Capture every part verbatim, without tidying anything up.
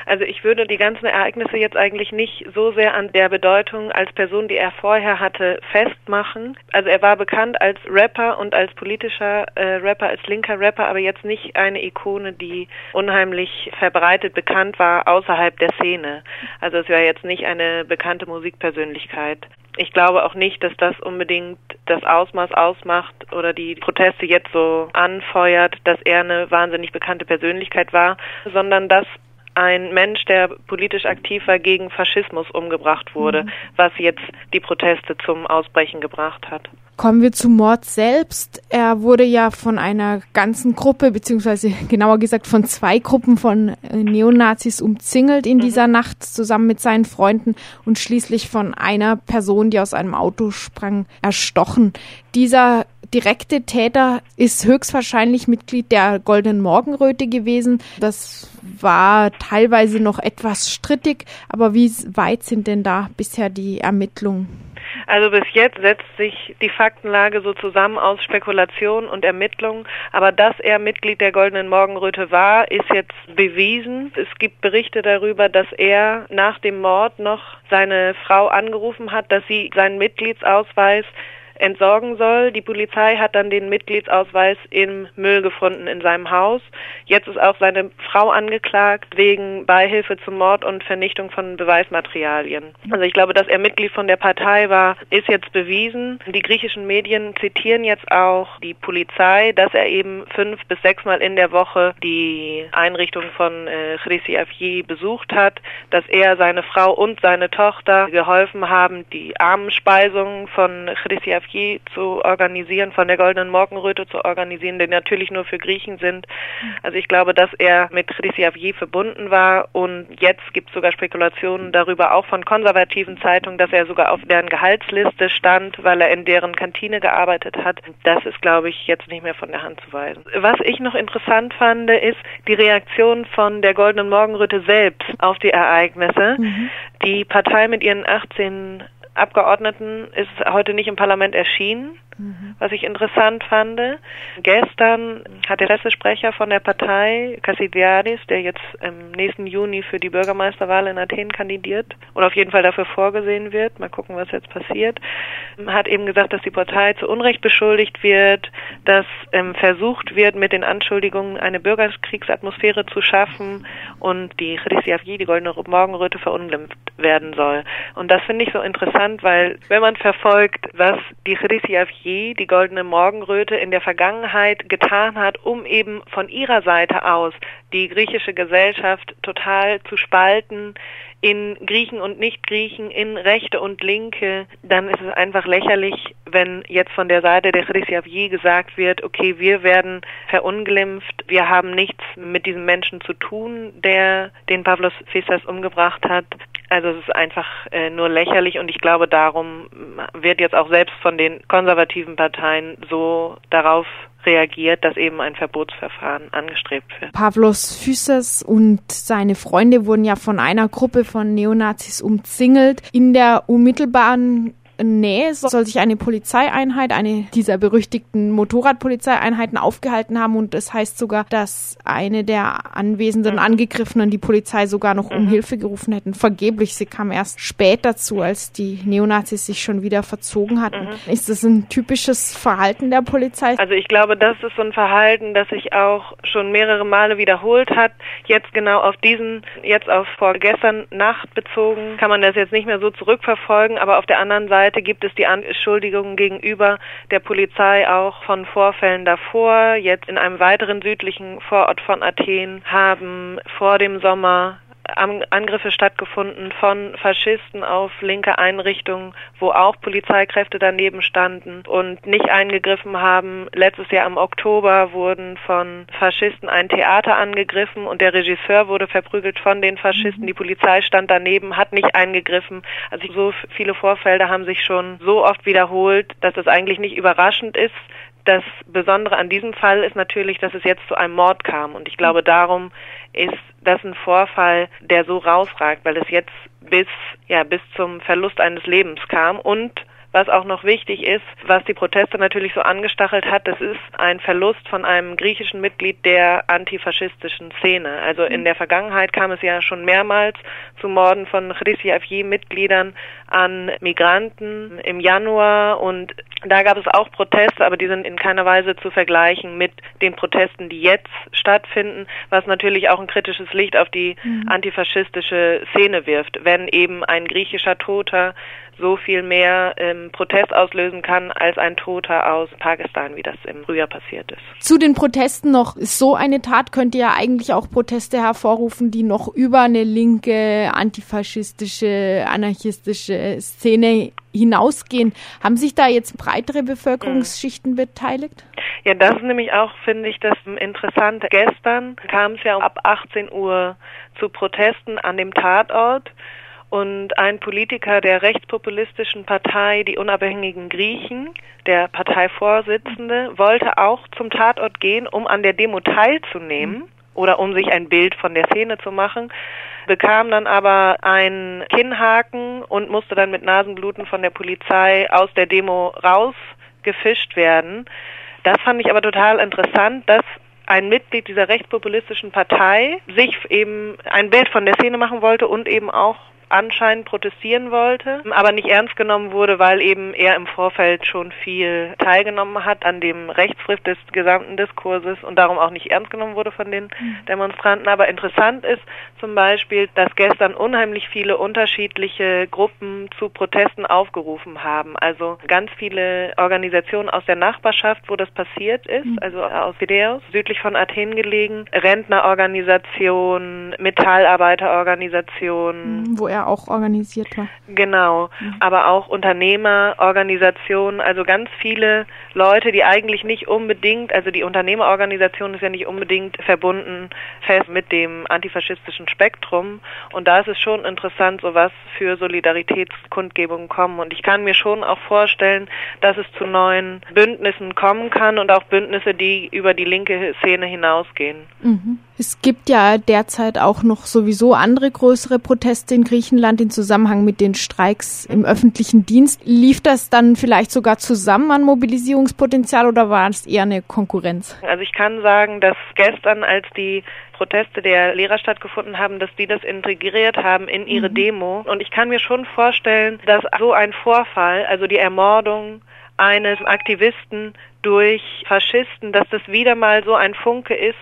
Also ich würde die ganzen Ereignisse jetzt eigentlich nicht so sehr an der Bedeutung als Person, die er vorher hatte, festmachen. Also er war bekannt als Rapper und als politischer äh, Rapper, als linker Rapper, aber jetzt nicht eine Ikone, die unheimlich verbreitet bekannt war außerhalb der Szene. Also es war jetzt nicht eine bekannte Musikpersönlichkeit. Ich glaube auch nicht, dass das unbedingt das Ausmaß ausmacht oder die Proteste jetzt so anfeuert, dass er eine wahnsinnig bekannte Persönlichkeit war, sondern dass ein Mensch, der politisch aktiv war, gegen Faschismus umgebracht wurde, mhm. was jetzt die Proteste zum Ausbrechen gebracht hat. Kommen wir zum Mord selbst. Er wurde ja von einer ganzen Gruppe, beziehungsweise genauer gesagt von zwei Gruppen von Neonazis umzingelt in mhm. dieser Nacht zusammen mit seinen Freunden und schließlich von einer Person, die aus einem Auto sprang, erstochen. Dieser direkte Täter ist höchstwahrscheinlich Mitglied der Goldenen Morgenröte gewesen. Das war teilweise noch etwas strittig, aber wie weit sind denn da bisher die Ermittlungen? Also bis jetzt setzt sich die Faktenlage so zusammen aus Spekulation und Ermittlung. Aber dass er Mitglied der Goldenen Morgenröte war, ist jetzt bewiesen. Es gibt Berichte darüber, dass er nach dem Mord noch seine Frau angerufen hat, dass sie seinen Mitgliedsausweis entsorgen soll. Die Polizei hat dann den Mitgliedsausweis im Müll gefunden in seinem Haus. Jetzt ist auch seine Frau angeklagt wegen Beihilfe zum Mord und Vernichtung von Beweismaterialien. Also ich glaube, dass er Mitglied von der Partei war, ist jetzt bewiesen. Die griechischen Medien zitieren jetzt auch die Polizei, dass er eben fünf bis sechsmal in der Woche die Einrichtung von äh, Chrysi besucht hat, dass er, seine Frau und seine Tochter geholfen haben, die Armenspeisung von Chrysi zu organisieren, von der Goldenen Morgenröte zu organisieren, die natürlich nur für Griechen sind. Also ich glaube, dass er mit Chrysi verbunden war und jetzt gibt es sogar Spekulationen darüber, auch von konservativen Zeitungen, dass er sogar auf deren Gehaltsliste stand, weil er in deren Kantine gearbeitet hat. Das ist, glaube ich, jetzt nicht mehr von der Hand zu weisen. Was ich noch interessant fand, ist die Reaktion von der Goldenen Morgenröte selbst auf die Ereignisse. Mhm. Die Partei mit ihren achtzehn Abgeordneten ist heute nicht im Parlament erschienen, mhm. was ich interessant fand. Gestern hat der Pressesprecher von der Partei, Kassidiadis, der jetzt im nächsten Juni für die Bürgermeisterwahl in Athen kandidiert und auf jeden Fall dafür vorgesehen wird, mal gucken, was jetzt passiert, hat eben gesagt, dass die Partei zu Unrecht beschuldigt wird, dass ähm, versucht wird, mit den Anschuldigungen eine Bürgerkriegsatmosphäre zu schaffen und die Chrysi, die Goldene Morgenröte, verunglimpft werden soll. Und das finde ich so interessant, weil wenn man verfolgt, was die Chrysi, die Goldene Morgenröte, in der Vergangenheit getan hat, um eben von ihrer Seite aus die griechische Gesellschaft total zu spalten, in Griechen und Nicht-Griechen, in Rechte und Linke, dann ist es einfach lächerlich, wenn jetzt von der Seite der Chrysi gesagt wird, okay, wir werden verunglimpft, wir haben nichts mit diesem Menschen zu tun, der den Pavlos Fyssas umgebracht hat. Also es ist einfach äh, nur lächerlich und ich glaube, darum wird jetzt auch selbst von den konservativen Parteien so darauf reagiert, dass eben ein Verbotsverfahren angestrebt wird. Pavlos Fyssas und seine Freunde wurden ja von einer Gruppe von Neonazis umzingelt. In der unmittelbaren Nähe soll sich eine Polizeieinheit, eine dieser berüchtigten Motorradpolizeieinheiten aufgehalten haben und es heißt sogar, dass eine der anwesenden Angegriffenen die Polizei sogar noch um mhm. Hilfe gerufen hätten. Vergeblich, sie kam erst spät dazu, als die Neonazis sich schon wieder verzogen hatten. Mhm. Ist das ein typisches Verhalten der Polizei? Also ich glaube, das ist so ein Verhalten, das sich auch schon mehrere Male wiederholt hat. Jetzt genau auf diesen, jetzt auf vorgestern Nacht bezogen, kann man das jetzt nicht mehr so zurückverfolgen, aber auf der anderen Seite gibt es die Anschuldigungen gegenüber der Polizei auch von Vorfällen davor. Jetzt in einem weiteren südlichen Vorort von Athen haben vor dem Sommer Angriffe stattgefunden von Faschisten auf linke Einrichtungen, wo auch Polizeikräfte daneben standen und nicht eingegriffen haben. Letztes Jahr im Oktober wurden von Faschisten ein Theater angegriffen und der Regisseur wurde verprügelt von den Faschisten. Die Polizei stand daneben, hat nicht eingegriffen. Also so viele Vorfälle haben sich schon so oft wiederholt, dass es eigentlich nicht überraschend ist. Das Besondere an diesem Fall ist natürlich, dass es jetzt zu einem Mord kam. Und ich glaube, darum ist das ein Vorfall, der so rausragt, weil es jetzt bis, ja, bis zum Verlust eines Lebens kam und was auch noch wichtig ist, was die Proteste natürlich so angestachelt hat, das ist ein Verlust von einem griechischen Mitglied der antifaschistischen Szene. Also in der Vergangenheit kam es ja schon mehrmals zu Morden von Chryssi-Avgi-Mitgliedern an Migranten im Januar, und da gab es auch Proteste, aber die sind in keiner Weise zu vergleichen mit den Protesten, die jetzt stattfinden, was natürlich auch ein kritisches Licht auf die mhm. antifaschistische Szene wirft, wenn eben ein griechischer Toter so viel mehr ähm, Protest auslösen kann als ein Toter aus Pakistan, wie das im Frühjahr passiert ist. Zu den Protesten noch, so eine Tat könnte ja eigentlich auch Proteste hervorrufen, die noch über eine linke, antifaschistische, anarchistische Szene hinausgehen. Haben sich da jetzt breitere Bevölkerungsschichten mhm. beteiligt? Ja, das ist nämlich auch, finde ich, das Interessante. Gestern kam es ja ab achtzehn Uhr zu Protesten an dem Tatort. Und ein Politiker der rechtspopulistischen Partei, die Unabhängigen Griechen, der Parteivorsitzende, wollte auch zum Tatort gehen, um an der Demo teilzunehmen oder um sich ein Bild von der Szene zu machen, bekam dann aber einen Kinnhaken und musste dann mit Nasenbluten von der Polizei aus der Demo rausgefischt werden. Das fand ich aber total interessant, dass ein Mitglied dieser rechtspopulistischen Partei sich eben ein Bild von der Szene machen wollte und eben auch anscheinend protestieren wollte, aber nicht ernst genommen wurde, weil eben er im Vorfeld schon viel teilgenommen hat an dem Rechtsgriff des gesamten Diskurses und darum auch nicht ernst genommen wurde von den Demonstranten. Aber interessant ist zum Beispiel, dass gestern unheimlich viele unterschiedliche Gruppen zu Protesten aufgerufen haben. Also ganz viele Organisationen aus der Nachbarschaft, wo das passiert ist, also aus Piraeus, südlich von Athen gelegen, Rentnerorganisationen, Metallarbeiterorganisationen, wo er auch organisiert war. Genau, mhm. aber auch Unternehmerorganisationen, also ganz viele Leute, die eigentlich nicht unbedingt, also die Unternehmerorganisation ist ja nicht unbedingt verbunden fest mit dem antifaschistischen Spektrum, und da ist es schon interessant, so was für Solidaritätskundgebungen kommen, und ich kann mir schon auch vorstellen, dass es zu neuen Bündnissen kommen kann und auch Bündnisse, die über die linke Szene hinausgehen. Mhm. Es gibt ja derzeit auch noch sowieso andere größere Proteste in Griechenland in Zusammenhang mit den Streiks im öffentlichen Dienst. Lief das dann vielleicht sogar zusammen an Mobilisierungspotenzial oder war es eher eine Konkurrenz? Also ich kann sagen, dass gestern, als die Proteste der Lehrer stattgefunden haben, dass die das integriert haben in ihre mhm. Demo. Und ich kann mir schon vorstellen, dass so ein Vorfall, also die Ermordung eines Aktivisten durch Faschisten, dass das wieder mal so ein Funke ist,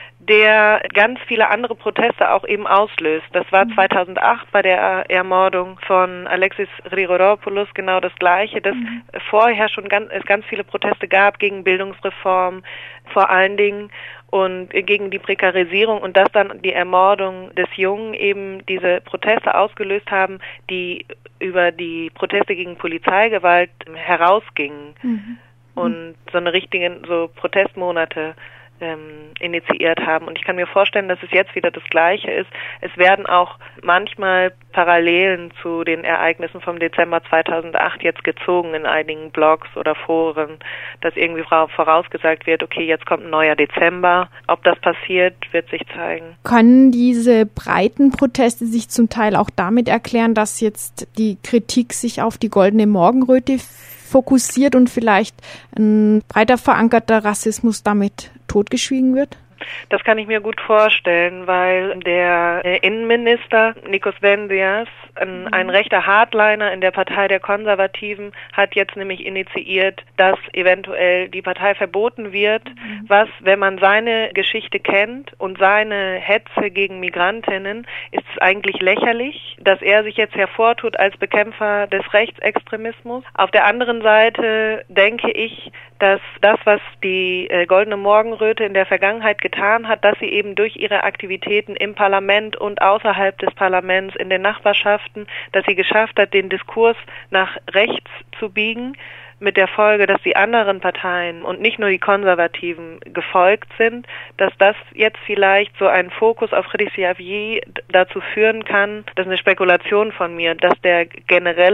der ganz viele andere Proteste auch eben auslöst. Das war zweitausendacht bei der Ermordung von Alexis Grigoropoulos genau das Gleiche, dass mhm. vorher schon ganz, es ganz viele Proteste gab gegen Bildungsreform, vor allen Dingen, und gegen die Prekarisierung, und dass dann die Ermordung des Jungen eben diese Proteste ausgelöst haben, die über die Proteste gegen Polizeigewalt herausgingen mhm. und so eine richtigen, so Protestmonate Ähm, initiiert haben. Und ich kann mir vorstellen, dass es jetzt wieder das Gleiche ist. Es werden auch manchmal Parallelen zu den Ereignissen vom Dezember zweitausendacht jetzt gezogen in einigen Blogs oder Foren, dass irgendwie vorausgesagt wird, okay, jetzt kommt ein neuer Dezember. Ob das passiert, wird sich zeigen. Können diese breiten Proteste sich zum Teil auch damit erklären, dass jetzt die Kritik sich auf die goldene Morgenröte fokussiert und vielleicht ein breiter verankerter Rassismus damit totgeschwiegen wird? Das kann ich mir gut vorstellen, weil der Innenminister Nikos Vendias, ein, mhm. ein rechter Hardliner in der Partei der Konservativen, hat jetzt nämlich initiiert, dass eventuell die Partei verboten wird, mhm. was, wenn man seine Geschichte kennt und seine Hetze gegen Migrantinnen, ist es eigentlich lächerlich, dass er sich jetzt hervortut als Bekämpfer des Rechtsextremismus. Auf der anderen Seite denke ich, dass das, was die äh, Goldene Morgenröte in der Vergangenheit getan hat, dass sie eben durch ihre Aktivitäten im Parlament und außerhalb des Parlaments, in den Nachbarschaften, dass sie geschafft hat, den Diskurs nach rechts zu biegen, mit der Folge, dass die anderen Parteien und nicht nur die Konservativen gefolgt sind, dass das jetzt vielleicht so einen Fokus auf Chryssi-Avgi dazu führen kann, das ist eine Spekulation von mir, dass der generelle Diskurs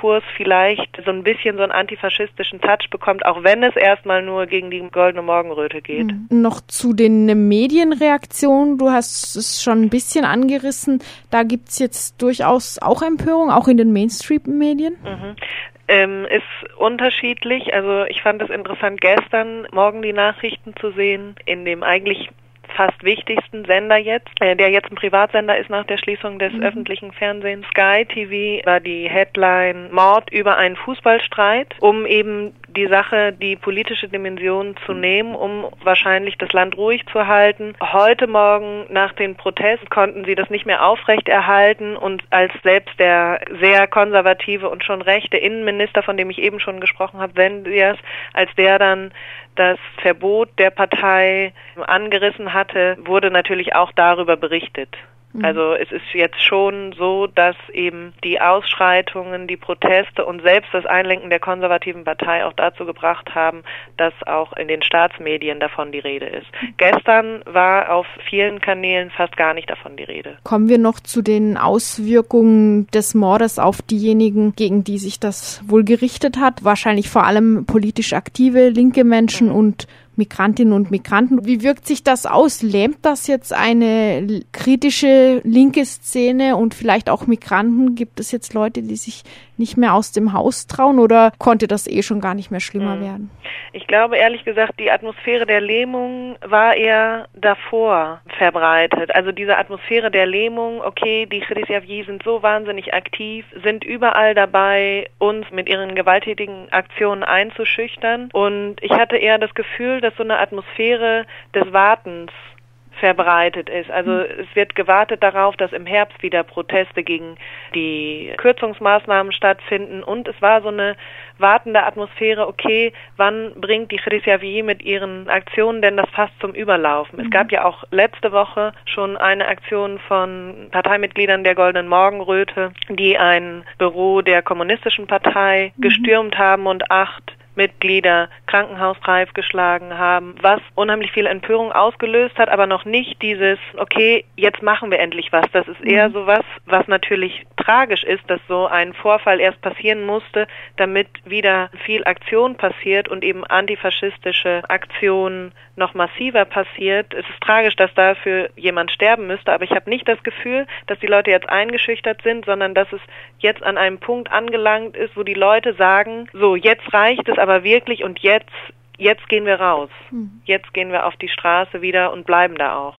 Diskurs vielleicht so ein bisschen so einen antifaschistischen Touch bekommt, auch wenn es erstmal nur gegen die Goldene Morgenröte geht. Mhm. Noch zu den Medienreaktionen, du hast es schon ein bisschen angerissen, da gibt es jetzt durchaus auch Empörung, auch in den Mainstream-Medien? Mhm. Ähm, ist unterschiedlich. Also ich fand es interessant, gestern Morgen die Nachrichten zu sehen, in dem eigentlich fast wichtigsten Sender jetzt, äh, der jetzt ein Privatsender ist nach der Schließung des mhm. öffentlichen Fernsehens. Sky T V war die Headline Mord über einen Fußballstreit, um eben die Sache, die politische Dimension zu nehmen, um wahrscheinlich das Land ruhig zu halten. Heute Morgen nach den Protesten konnten sie das nicht mehr aufrechterhalten und als selbst der sehr konservative und schon rechte Innenminister, von dem ich eben schon gesprochen habe, Wenders, als der dann das Verbot der Partei angerissen hatte, wurde natürlich auch darüber berichtet. Also es ist jetzt schon so, dass eben die Ausschreitungen, die Proteste und selbst das Einlenken der konservativen Partei auch dazu gebracht haben, dass auch in den Staatsmedien davon die Rede ist. Gestern war auf vielen Kanälen fast gar nicht davon die Rede. Kommen wir noch zu den Auswirkungen des Mordes auf diejenigen, gegen die sich das wohl gerichtet hat. Wahrscheinlich vor allem politisch aktive linke Menschen mhm. und Migrantinnen und Migranten. Wie wirkt sich das aus? Lähmt das jetzt eine kritische linke Szene und vielleicht auch Migranten? Gibt es jetzt Leute, die sich nicht mehr aus dem Haus trauen oder konnte das eh schon gar nicht mehr schlimmer mhm. werden? Ich glaube ehrlich gesagt, die Atmosphäre der Lähmung war eher davor verbreitet. Also diese Atmosphäre der Lähmung, okay, die Chrétien sind so wahnsinnig aktiv, sind überall dabei, uns mit ihren gewalttätigen Aktionen einzuschüchtern. Und ich hatte eher das Gefühl, dass so eine Atmosphäre des Wartens verbreitet ist. Also es wird gewartet darauf, dass im Herbst wieder Proteste gegen die Kürzungsmaßnahmen stattfinden und es war so eine wartende Atmosphäre, okay, wann bringt die Chrétien mit ihren Aktionen denn das fast zum Überlaufen? Mhm. Es gab ja auch letzte Woche schon eine Aktion von Parteimitgliedern der Goldenen Morgenröte, die ein Büro der Kommunistischen Partei mhm. gestürmt haben und acht Mitglieder krankenhausreif geschlagen haben, was unheimlich viel Empörung ausgelöst hat, aber noch nicht dieses, okay, jetzt machen wir endlich was. Das ist eher so was, was natürlich tragisch ist, dass so ein Vorfall erst passieren musste, damit wieder viel Aktion passiert und eben antifaschistische Aktionen noch massiver passiert. Es ist tragisch, dass dafür jemand sterben müsste, aber ich habe nicht das Gefühl, dass die Leute jetzt eingeschüchtert sind, sondern dass es jetzt an einem Punkt angelangt ist, wo die Leute sagen, so, jetzt reicht es aber wirklich und jetzt, jetzt gehen wir raus. Jetzt gehen wir auf die Straße wieder und bleiben da auch.